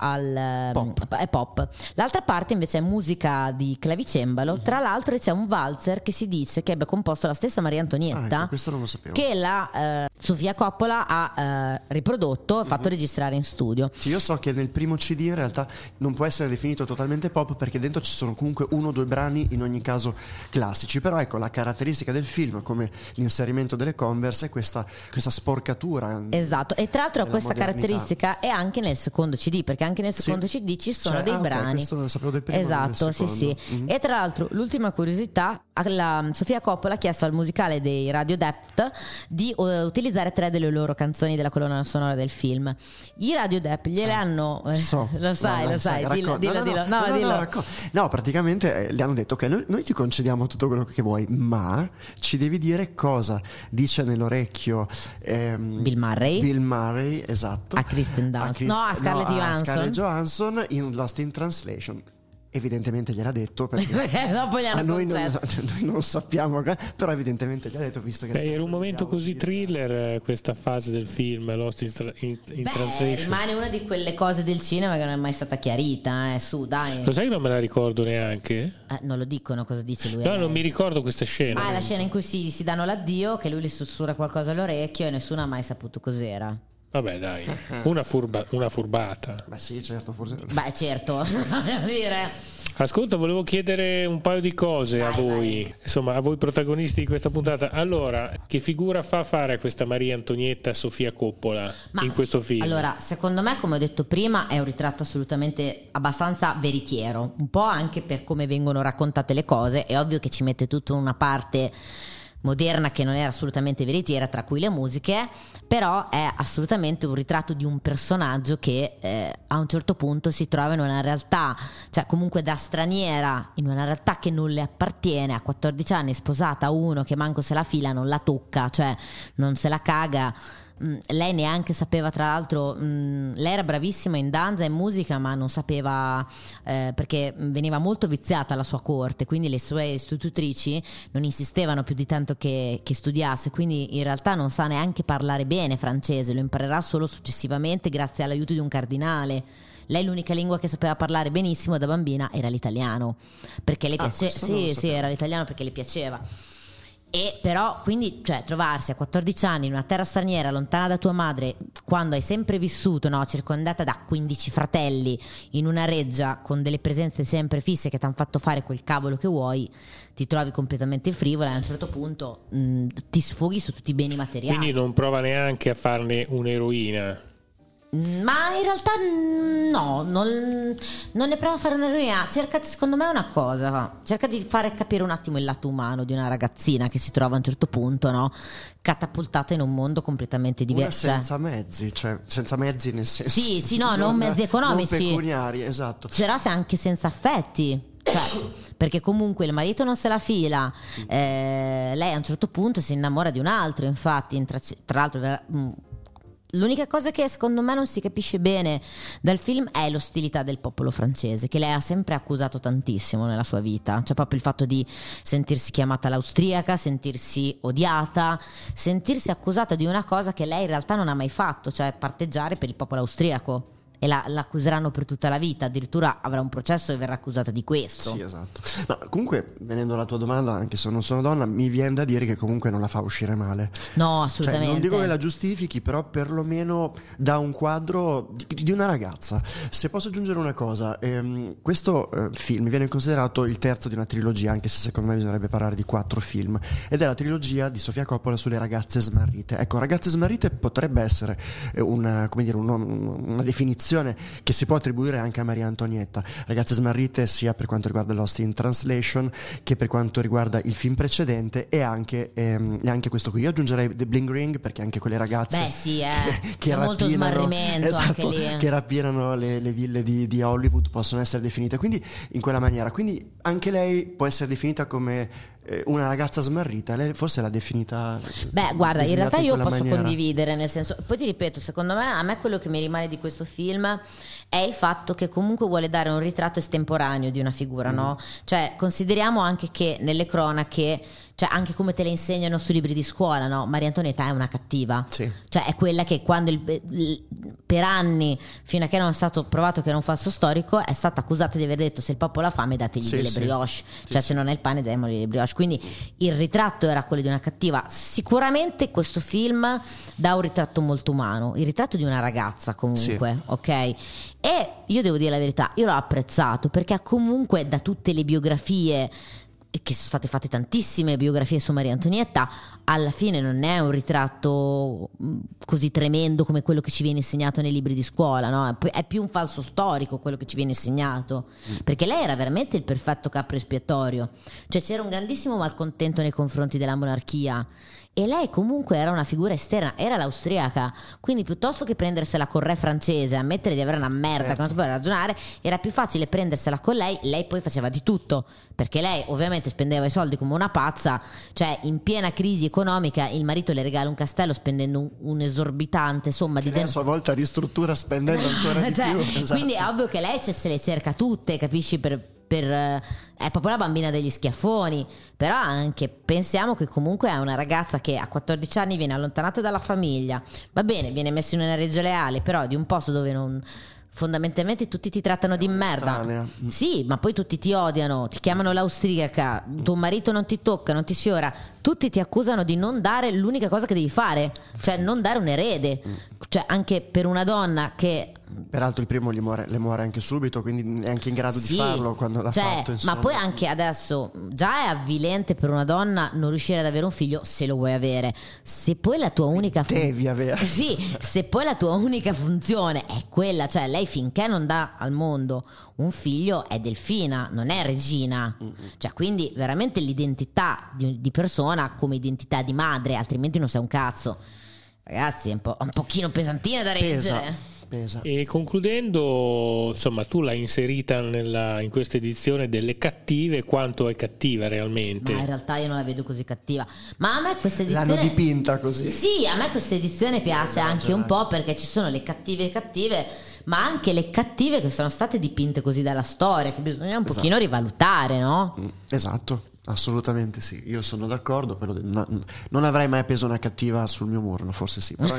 è pop, l'altra parte invece è musica di clavicembalo. Tra l'altro c'è un valzer che si dice che abbia composto la stessa Maria Antonietta, ecco, questo non lo sapevo, che la Sofia Coppola ha riprodotto e fatto registrare in studio. Sì, io so che nel primo CD in realtà non può essere definito totalmente pop perché dentro ci sono comunque 1 o 2 brani in ogni caso classici, però ecco, la caratteristica del film, come l'inserimento delle Converse, è questa sporcatura. Esatto, e tra l'altro questa caratteristica è anche nel secondo CD, perché anche nel secondo CD ci sono dei brani. Questo non lo sapevo del primo. Esatto, sì. E tra l'altro l'ultima curiosità, la Sofia Coppola ha chiesto al musicale dei Radio Dept di utilizzare 3 delle loro canzoni della colonna sonora del film. I Radio Dept gliele hanno lo sai, dillo. No, praticamente le hanno detto ok, noi ti concediamo tutto quello che vuoi, ma ci devi dire cosa dice nell'orecchio Bill Murray, esatto, a Kristen Dunst, a Scarlett Johansson in Lost in Translation. Evidentemente gliel'ha detto perché dopo gliel'ha noi non sappiamo, però evidentemente gliel'ha detto, visto che era un momento così thriller questa fase del film Lost in Translation. Rimane una di quelle cose del cinema che non è mai stata chiarita, su dai. Lo sai che non me la ricordo neanche? Non lo dicono cosa dice lui. No, non mi ricordo questa scena. La scena in cui si danno l'addio, che lui le sussurra qualcosa all'orecchio e nessuno ha mai saputo cos'era. Vabbè, dai, una furbata. Beh sì, certo, forse. Beh certo, voglio dire. Ascolta, volevo chiedere un paio di cose a voi, insomma, a voi protagonisti di questa puntata. Allora, che figura fa fare a questa Maria Antonietta Sofia Coppola in questo film? Allora, secondo me, come ho detto prima, è un ritratto assolutamente abbastanza veritiero, un po' anche per come vengono raccontate le cose. È ovvio che ci mette tutta una parte moderna che non era assolutamente veritiera, tra cui le musiche, però è assolutamente un ritratto di un personaggio che a un certo punto si trova in una realtà, cioè comunque da straniera, in una realtà che non le appartiene, a 14 anni, sposata a uno che manco se la fila, non la tocca, cioè non se la caga. Lei neanche sapeva, tra l'altro, lei era bravissima in danza e in musica, ma non sapeva, perché veniva molto viziata alla sua corte, quindi le sue istitutrici non insistevano più di tanto che studiasse, quindi in realtà non sa neanche parlare bene francese, lo imparerà solo successivamente grazie all'aiuto di un cardinale. Lei l'unica lingua che sapeva parlare benissimo da bambina era l'italiano, perché le piaceva. Sì, era l'italiano perché le piaceva. E però, quindi, cioè, trovarsi a 14 anni in una terra straniera, lontana da tua madre, quando hai sempre vissuto, no, circondata da 15 fratelli, in una reggia con delle presenze sempre fisse che ti hanno fatto fare quel cavolo che vuoi, ti trovi completamente frivola e a un certo punto ti sfoghi su tutti i beni materiali. Quindi non prova neanche a farne un'eroina. Ma in realtà no, non ne provo a fare un'ironia. Secondo me è una cosa, cerca di fare capire un attimo il lato umano di una ragazzina che si trova a un certo punto, no, catapultata in un mondo completamente diverso. Senza mezzi, cioè senza mezzi nel senso. Sì, no, non mezzi economici. Non pecuniari, esatto. Però anche senza affetti. Cioè, perché comunque il marito non se la fila, lei a un certo punto si innamora di un altro, infatti, tra l'altro. L'unica cosa che secondo me non si capisce bene dal film è l'ostilità del popolo francese, che lei ha sempre accusato tantissimo nella sua vita. Cioè proprio il fatto di sentirsi chiamata l'austriaca, sentirsi odiata, sentirsi accusata di una cosa che lei in realtà non ha mai fatto, cioè parteggiare per il popolo austriaco. E l'accuseranno per tutta la vita, addirittura avrà un processo e verrà accusata di questo. Sì, esatto. No, comunque, venendo alla tua domanda, anche se non sono donna, mi viene da dire che comunque non la fa uscire male. No, assolutamente. Cioè, non dico che la giustifichi, però perlomeno dà un quadro di una ragazza. Se posso aggiungere una cosa, questo film viene considerato il terzo di una trilogia, anche se secondo me bisognerebbe parlare di 4 film, ed è la trilogia di Sofia Coppola sulle ragazze smarrite. Ecco, ragazze smarrite potrebbe essere una definizione che si può attribuire anche a Maria Antonietta. Ragazze smarrite sia per quanto riguarda Lost in Translation che per quanto riguarda il film precedente e anche questo qui. Io aggiungerei The Bling Ring, perché anche quelle ragazze che c'è molto smarrimento, esatto, anche lì. Che rapinano le ville di Hollywood possono essere definite quindi in quella maniera. Quindi anche lei può essere definita come una ragazza smarrita. Lei forse l'ha definita. Beh, guarda, in realtà io posso maniera. condividere, nel senso, poi ti ripeto, secondo me, a me quello che mi rimane di questo film è il fatto che comunque vuole dare un ritratto estemporaneo di una figura, no? Cioè, consideriamo anche che nelle cronache, cioè anche come te le insegnano sui libri di scuola, no? Maria Antonietta è una cattiva, sì. Cioè è quella che quando per anni, fino a che non è stato provato che era un falso storico, è stata accusata di aver detto: se il popolo ha fame dategli delle brioche, cioè se non è il pane diamogli le brioche. Quindi il ritratto era quello di una cattiva. Sicuramente questo film dà un ritratto molto umano, il ritratto di una ragazza comunque, ok? E io devo dire la verità, io l'ho apprezzato perché comunque da tutte le biografie, che sono state fatte tantissime biografie su Maria Antonietta, alla fine non è un ritratto così tremendo come quello che ci viene insegnato nei libri di scuola, no? È più un falso storico quello che ci viene insegnato, perché lei era veramente il perfetto capro espiatorio, cioè c'era un grandissimo malcontento nei confronti della monarchia e lei comunque era una figura esterna, era l'austriaca, quindi piuttosto che prendersela col re francese, ammettere di avere una merda che non si può ragionare, era più facile prendersela con lei. Lei poi faceva di tutto, perché lei ovviamente spendeva i soldi come una pazza, cioè in piena crisi economica il marito le regala un castello spendendo un esorbitante somma di denaro, a sua volta ristruttura spendendo ancora di cioè, più, esatto. Quindi è ovvio che lei se le cerca tutte, capisci, è proprio la bambina degli schiaffoni. Però anche pensiamo che comunque è una ragazza che a 14 anni viene allontanata dalla famiglia, va bene, viene messa in una reggio leale, però di un posto dove non, fondamentalmente tutti ti trattano di merda, strana. Sì, ma poi tutti ti odiano, ti chiamano l'austriaca, tuo marito non ti tocca, non ti sfiora, tutti ti accusano di non dare l'unica cosa che devi fare, cioè non dare un erede, cioè anche per una donna che peraltro il primo le muore anche subito, quindi è anche in grado di farlo quando l'ha fatto, insomma. Ma poi anche adesso già è avvilente per una donna non riuscire ad avere un figlio, se lo vuoi avere. Se poi la tua unica devi avere. Sì, se poi la tua unica funzione è quella, cioè lei finché non dà al mondo un figlio è delfina, non è regina. Cioè quindi veramente l'identità di persona come identità di madre, altrimenti non sei un cazzo. Ragazzi, è un pochino pesantina da reggere. E concludendo, insomma, tu l'hai inserita in questa edizione delle cattive. Quanto è cattiva realmente? Ma in realtà io non la vedo così cattiva, ma a me questa edizione l'hanno dipinta così. Sì, a me questa edizione piace anche un po' perché ci sono le cattive, ma anche le cattive che sono state dipinte così dalla storia, che bisogna un pochino rivalutare, no? Esatto. Assolutamente sì, io sono d'accordo, però non avrei mai appeso una cattiva sul mio muro, forse sì, però,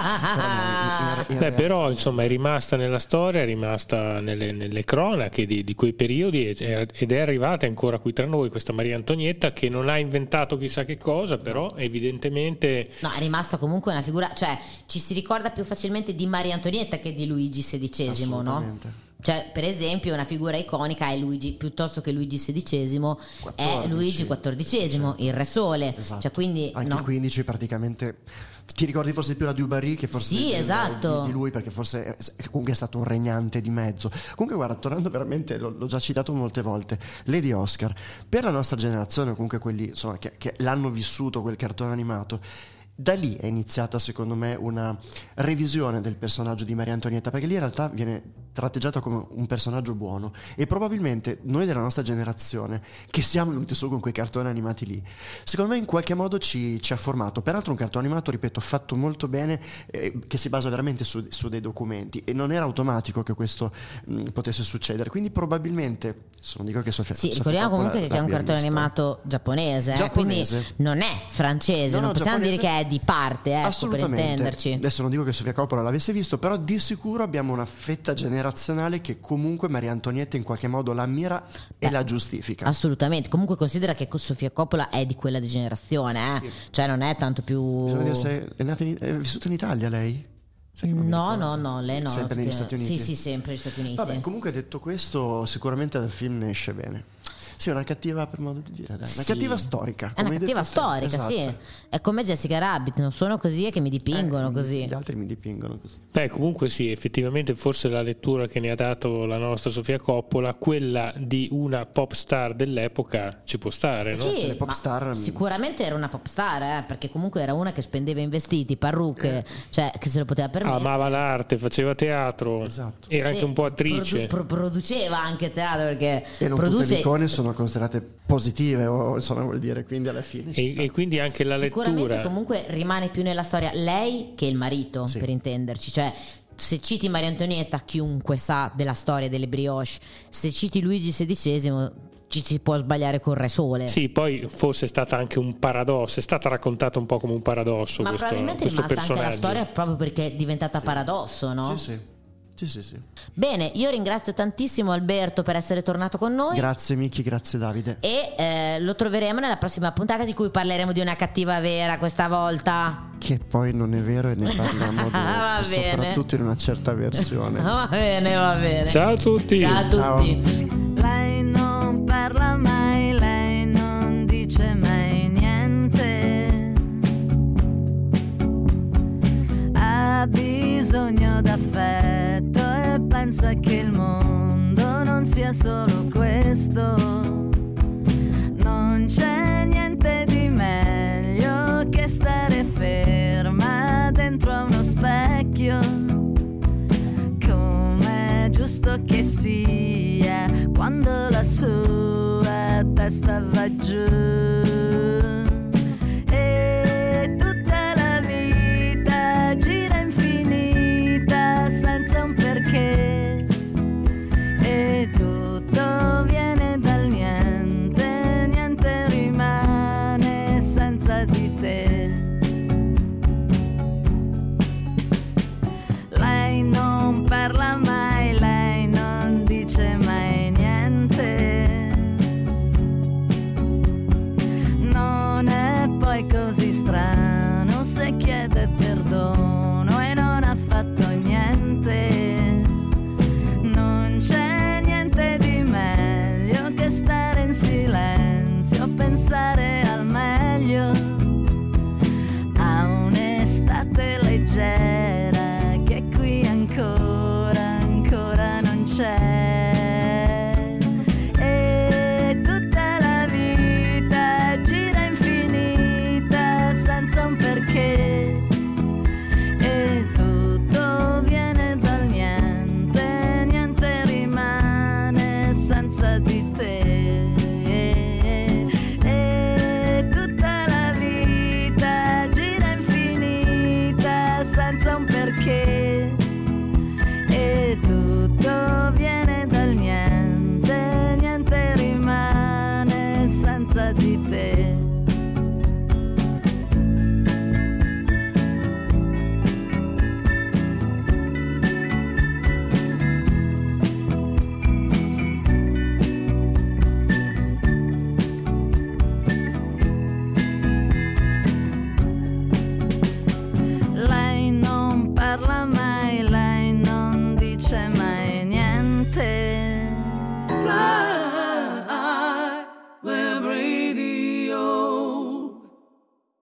però insomma è rimasta nella storia, è rimasta nelle cronache di quei periodi ed è arrivata ancora qui tra noi questa Maria Antonietta, che non ha inventato chissà che cosa, però evidentemente no, è rimasta comunque una figura, cioè ci si ricorda più facilmente di Maria Antonietta che di Luigi XVI, no? Cioè, per esempio, una figura iconica è Luigi, piuttosto che Luigi XVI, è Luigi XIV, il Re Sole. Esatto. Cioè, quindi, anche il 15 praticamente. Ti ricordi forse più la Dubarry che forse sì, esatto. di lui, perché forse comunque è stato un regnante di mezzo. Comunque guarda, tornando veramente, l'ho già citato molte volte, Lady Oscar, per la nostra generazione, comunque quelli insomma che l'hanno vissuto quel cartone animato, da lì è iniziata secondo me una revisione del personaggio di Maria Antonietta, perché lì in realtà viene tratteggiato come un personaggio buono, e probabilmente noi della nostra generazione che siamo venuti su con quei cartoni animati lì, secondo me in qualche modo ci ha formato. Peraltro un cartone animato, ripeto, fatto molto bene, che si basa veramente su dei documenti, e non era automatico che questo potesse succedere, quindi probabilmente non dico che Sofia ricordiamo comunque che è un cartone animato giapponese. Quindi non è francese, non possiamo dire che è di parte, assolutamente, per intenderci. Adesso non dico che Sofia Coppola l'avesse visto, però di sicuro abbiamo una fetta generazionale che comunque Maria Antonietta in qualche modo la ammira e la giustifica. Assolutamente. Comunque considera che Sofia Coppola è di quella generazione, sì. Cioè non è tanto più. Bisogna dire se è vissuta in Italia lei? No, lei no. Sempre negli Stati Uniti? Sì, sempre negli Stati Uniti. Vabbè, comunque detto questo, sicuramente dal film ne esce bene. Sì, una cattiva, per modo di dire, dai. Una cattiva storica. È una cattiva storica, esatto. Sì. È come Jessica Rabbit, non sono così e che mi dipingono così. Gli altri mi dipingono così. Comunque sì, effettivamente forse la lettura che ne ha dato la nostra Sofia Coppola, quella di una pop star dell'epoca, ci può stare, no? Sì, pop star, sicuramente era una pop star, perché comunque era una che spendeva in vestiti, parrucche, cioè che se lo poteva permettere. Amava l'arte, faceva teatro, esatto. Era anche un po' attrice. Produceva anche teatro, perché e non tutte le icone sono considerate positive, o insomma, vuol dire, quindi alla fine e quindi anche la sicuramente lettura comunque rimane più nella storia lei che il marito, sì. Per intenderci, cioè se citi Maria Antonietta chiunque sa della storia delle brioche, se citi Luigi XVI ci si può sbagliare col Re Sole. Sì, poi forse è stata anche un paradosso, è stata raccontata un po' come un paradosso. Ma probabilmente è rimasta personaggio. Anche la storia proprio perché è diventata paradosso, no? Sì. Bene, io ringrazio tantissimo Alberto per essere tornato con noi. Grazie Miki, grazie Davide. E lo troveremo nella prossima puntata, di cui parleremo di una cattiva vera questa volta. Che poi non è vero, e ne parliamo dopo, soprattutto in una certa versione. Va bene. Ciao a tutti. Ciao a tutti. Lei non parla mai, lei non dice mai niente. Ha bisogno d'affetto e pensa che il mondo non sia solo questo. Non c'è niente di meglio che stare ferma dentro a uno specchio, come è giusto che sia quando la sua testa va giù. E tutta la vita gira infinita senza un perché, e tutto viene dal niente, niente rimane senza di te. Lei non parla mai, lei non dice mai niente. Non è poi così strano se chiede perdono e non ha fatto niente. Non c'è niente di meglio che stare in silenzio, pensare al meglio, a un'estate leggera che qui ancora non c'è. E tutta la vita gira infinita senza un perché, e tutto viene dal niente, niente rimane senza di te. E tutta la vita gira infinita senza un perché, e tutto viene dal niente, niente rimane senza di te. Lei non parla mai, lei non dice mai niente. di